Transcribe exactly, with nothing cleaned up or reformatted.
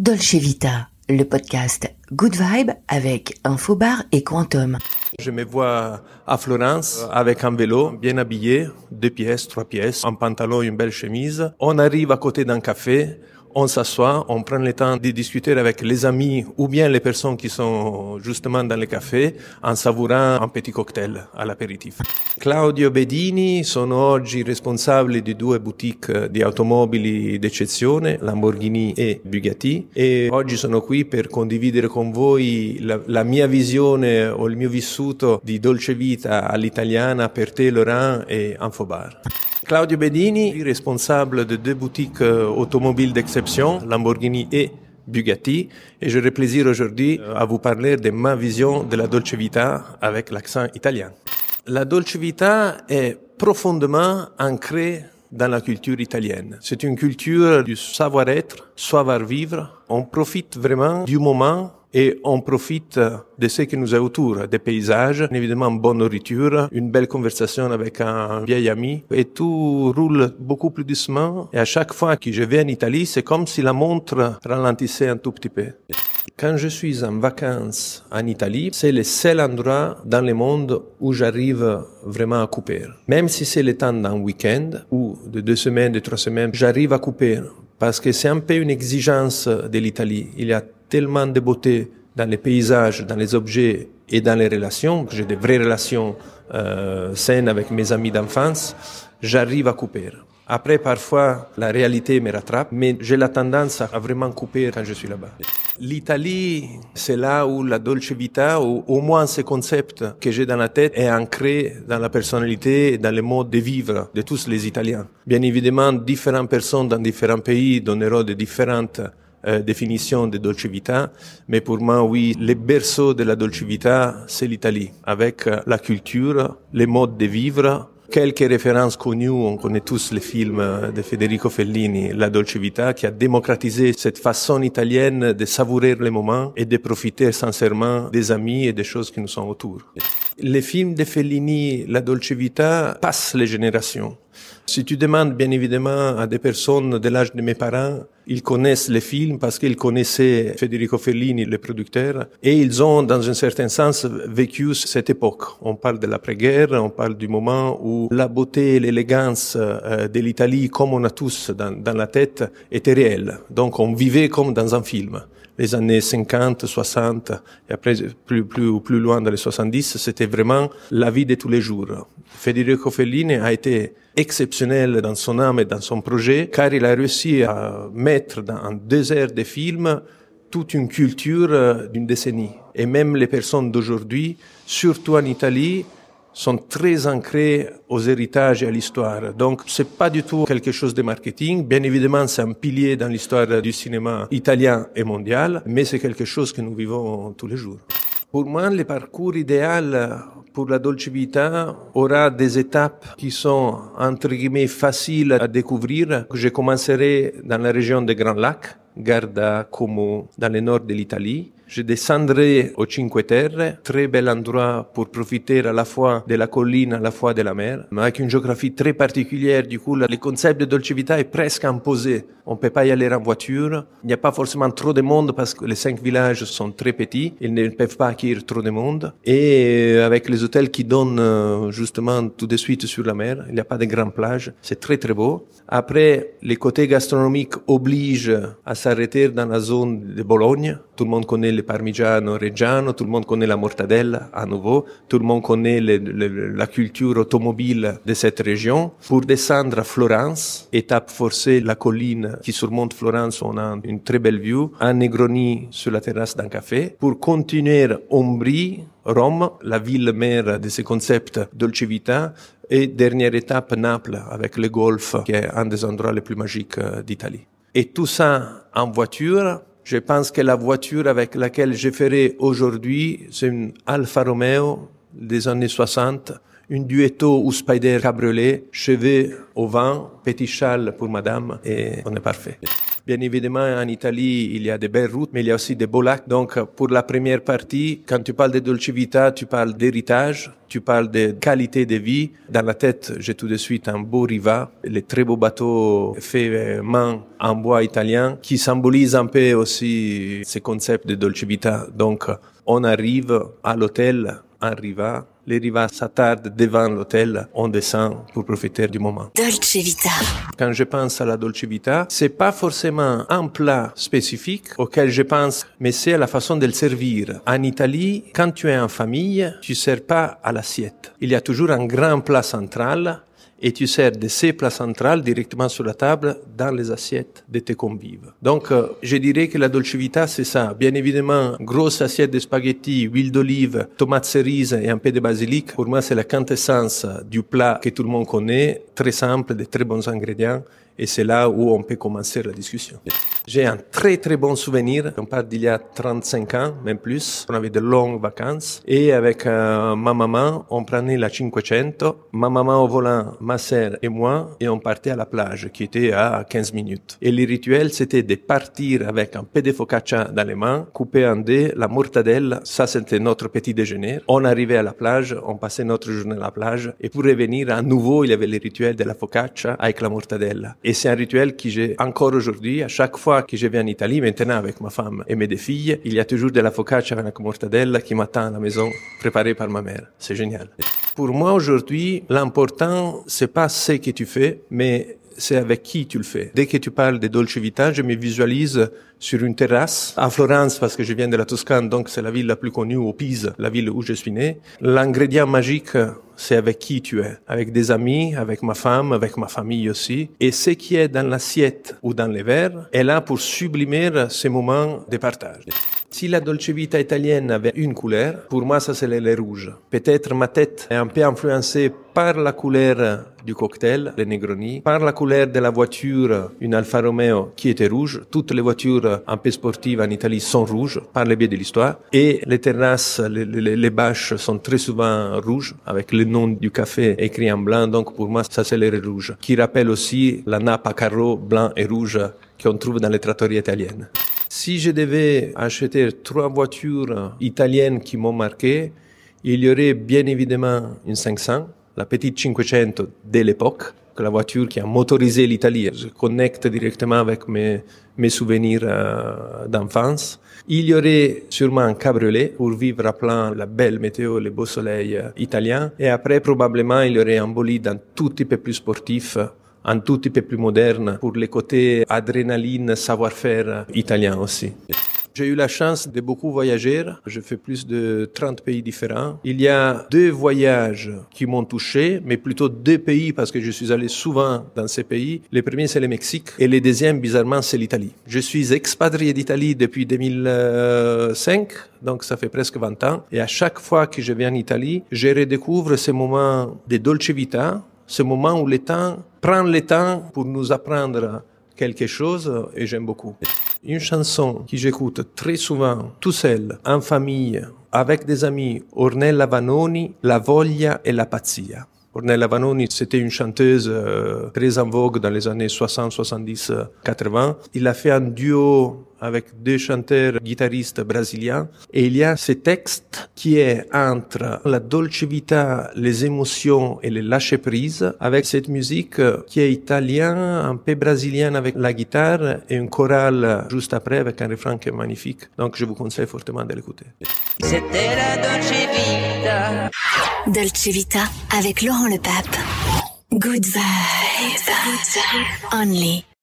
Dolce Vita, le podcast Good Vibe avec Infobar et Quantum. Je me vois à Florence avec un vélo, bien habillé, deux pièces, trois pièces, un pantalon, une belle chemise. On arrive à côté d'un café, on s'assoit, on prend le temps de discuter avec les amis ou bien les personnes qui sont justement dans le café en savourant un petit cocktail all'aperitif. Claudio Bedini, sono oggi responsabile di due boutique di automobili d'eccezione, Lamborghini e Bugatti, e oggi sono qui per condividere con voi la, la mia visione o il mio vissuto di dolce vita all'italiana per te, Laurent e Infobar. Claudio Bedini, responsable de deux boutiques automobiles d'exception, Lamborghini et Bugatti, et j'aurai plaisir aujourd'hui à vous parler de ma vision de la Dolce Vita avec l'accent italien. La Dolce Vita est profondément ancrée dans la culture italienne. C'est une culture du savoir-être, savoir-vivre. On profite vraiment du moment et on profite de ce qui nous est autour, des paysages, évidemment bonne nourriture, une belle conversation avec un vieil ami, et tout roule beaucoup plus doucement. Et à chaque fois que je vais en Italie, c'est comme si la montre ralentissait un tout petit peu. Quand je suis en vacances en Italie, c'est le seul endroit dans le monde où j'arrive vraiment à couper. Même si c'est le temps d'un week-end ou de deux semaines, de trois semaines, j'arrive à couper parce que c'est un peu une exigence de l'Italie. Il y a tellement de beauté dans les paysages, dans les objets et dans les relations, j'ai de vraies relations euh, saines avec mes amis d'enfance, j'arrive à couper. Après, parfois, la réalité me rattrape, mais j'ai la tendance à vraiment couper quand je suis là-bas. L'Italie, c'est là où la Dolce Vita, ou au moins ce concept que j'ai dans la tête, est ancré dans la personnalité et dans le mode de vivre de tous les Italiens. Bien évidemment, différentes personnes dans différents pays donneront de différentes Euh, définition de Dolce Vita, mais pour moi, oui, le berceau de la Dolce Vita, c'est l'Italie, avec euh, la culture, les modes de vivre, quelques références connues, on connaît tous les films de Federico Fellini, La Dolce Vita, qui a démocratisé cette façon italienne de savourer les moments et de profiter sincèrement des amis et des choses qui nous sont autour. Les films de Fellini, La Dolce Vita, passent les générations. Si tu demandes bien évidemment à des personnes de l'âge de mes parents, ils connaissent les films parce qu'ils connaissaient Federico Fellini, le producteur, et ils ont, dans un certain sens, vécu cette époque. On parle de l'après-guerre, on parle du moment où la beauté et l'élégance de l'Italie, comme on a tous dans, dans la tête, était réelle. Donc on vivait comme dans un film. Les années cinquante, soixante, et après plus, plus, plus loin dans les soixante-dix, c'était vraiment la vie de tous les jours. Federico Fellini a été exceptionnel dans son âme et dans son projet, car il a réussi à mettre dans, en deux heures de film toute une culture d'une décennie. Et même les personnes d'aujourd'hui, surtout en Italie, sont très ancrés aux héritages et à l'histoire. Donc, c'est pas du tout quelque chose de marketing. Bien évidemment, c'est un pilier dans l'histoire du cinéma italien et mondial, mais c'est quelque chose que nous vivons tous les jours. Pour moi, le parcours idéal pour la Dolce Vita aura des étapes qui sont, entre guillemets, faciles à découvrir. Je commencerai dans la région des Grands Lacs, Garda, Como, dans le nord de l'Italie. Je descendrai au Cinque Terre, très bel endroit pour profiter à la fois de la colline, à la fois de la mer, mais avec une géographie très particulière. Du coup, le concept de Dolce Vita est presque imposé. On ne peut pas y aller en voiture. Il n'y a pas forcément trop de monde parce que les cinq villages sont très petits. Ils ne peuvent pas accueillir trop de monde. Et avec les hôtels qui donnent justement tout de suite sur la mer, il n'y a pas de grandes plages. C'est très très beau. Après, les côtés gastronomiques obligent à s'arrêter dans la zone de Bologne. Tout le monde connaît le Parmigiano Reggiano, tout le monde connaît la mortadella à nouveau, tout le monde connaît le, le, la culture automobile de cette région. Pour descendre à Florence, étape forcée, la colline qui surmonte Florence, on a une très belle vue, à Negroni sur la terrasse d'un café. Pour continuer Ombrie, Rome, la ville mère de ce concept Dolce Vita, et dernière étape Naples avec le golfe, qui est un des endroits les plus magiques d'Italie. Et tout ça en voiture. Je pense que la voiture avec laquelle je ferai aujourd'hui, c'est une Alfa Romeo des années soixante, une Duetto ou Spider cabriolet, cheveux au vent, petit châle pour madame, et on est parfait. Bien évidemment, en Italie, il y a des belles routes, mais il y a aussi des beaux lacs. Donc, pour la première partie, quand tu parles de Dolce Vita, tu parles d'héritage, tu parles de qualité de vie. Dans la tête, j'ai tout de suite un beau Riva, les très beaux bateaux faits main en bois italien, qui symbolisent un peu aussi ce concept de Dolce Vita. Donc, on arrive à l'hôtel en Riva. Les Riva s'attardent devant l'hôtel, on descend pour profiter du moment. Dolce Vita. Quand je pense à la Dolce Vita, c'est pas forcément un plat spécifique auquel je pense, mais c'est à la façon de le servir. En Italie, quand tu es en famille, tu sers pas à l'assiette. Il y a toujours un grand plat central et tu sers de ces plats centrales directement sur la table dans les assiettes de tes convives. Donc, euh, je dirais que la Dolce Vita, c'est ça. Bien évidemment, grosse assiette de spaghettis, huile d'olive, tomates cerises et un peu de basilic. Pour moi, c'est la quintessence du plat que tout le monde connaît, très simple, de très bons ingrédients. Et c'est là où on peut commencer la discussion. J'ai un très très bon souvenir. On parle d'il y a trente-cinq ans, même plus. On avait de longues vacances. Et avec euh, ma maman, on prenait la cinquecento. Ma maman au volant, ma sœur et moi. Et on partait à la plage, qui était à quinze minutes. Et le rituel, c'était de partir avec un peu de focaccia dans les mains, couper en deux, la mortadelle. Ça, c'était notre petit déjeuner. On arrivait à la plage, on passait notre journée à la plage. Et pour revenir à nouveau, il y avait le rituel de la focaccia avec la mortadelle. Et c'est un rituel que j'ai encore aujourd'hui. À chaque fois que je vais en Italie, maintenant avec ma femme et mes deux filles, il y a toujours de la focaccia avec la mortadelle qui m'attend à la maison, préparée par ma mère. C'est génial. Pour moi, aujourd'hui, l'important, c'est pas ce que tu fais, mais c'est avec qui tu le fais. Dès que tu parles de Dolce Vita, je me visualise sur une terrasse à Florence, parce que je viens de la Toscane, donc c'est la ville la plus connue, au Pise, la ville où je suis né. L'ingrédient magique, c'est avec qui tu es. Avec des amis, avec ma femme, avec ma famille aussi. Et ce qui est dans l'assiette ou dans les verres est là pour sublimer ces moments de partage. Si la Dolce Vita italienne avait une couleur, pour moi, ça c'est le lait rouge. Peut-être ma tête est un peu influencée par la couleur du cocktail, le Negroni, par la couleur de la voiture, une Alfa Romeo qui était rouge. Toutes les voitures un peu sportives en Italie sont rouges, par le biais de l'histoire. Et les terrasses, les, les, les bâches sont très souvent rouges, avec le nom du café écrit en blanc. Donc pour moi, ça c'est le lait rouge, qui rappelle aussi la nappe à carreaux blanc et rouge qu'on trouve dans les trattorie italiennes. Si je devais acheter trois voitures italiennes qui m'ont marqué, il y aurait bien évidemment une cinq cents, la petite cinquecento de l'époque, la voiture qui a motorisé l'Italie. Je connecte directement avec mes, mes souvenirs euh, d'enfance. Il y aurait sûrement un cabriolet pour vivre à plein la belle météo, le beau soleil euh, italien. Et après, probablement, il y aurait un bolide un tout petit peu plus sportif, un tout petit peu plus moderne pour les côtés adrénaline, savoir-faire italien aussi. J'ai eu la chance de beaucoup voyager. Je fais plus de trente pays différents. Il y a deux voyages qui m'ont touché, mais plutôt deux pays parce que je suis allé souvent dans ces pays. Le premier, c'est le Mexique et le deuxième, bizarrement, c'est l'Italie. Je suis expatrié d'Italie depuis deux mille cinq, donc ça fait presque vingt ans. Et à chaque fois que je viens en Italie, je redécouvre ces moments de Dolce Vita, ce moment où le temps prend le temps pour nous apprendre quelque chose et j'aime beaucoup. Une chanson que j'écoute très souvent, tout seul, en famille, avec des amis, Ornella Vanoni, La Voglia e la Pazzia. Ornella Vanoni, c'était une chanteuse euh, très en vogue dans les années soixante, soixante-dix, quatre-vingts. Il a fait un duo avec deux chanteurs guitaristes brésiliens. Et il y a ce texte qui est entre la dolce vita, les émotions et le lâcher-prise, avec cette musique qui est italienne, un peu brésilienne avec la guitare et une chorale juste après avec un refrain qui est magnifique. Donc je vous conseille fortement de l'écouter. C'était la Dolce Vita. Dolce Vita avec Laurent Le Pape. Good vibes. Only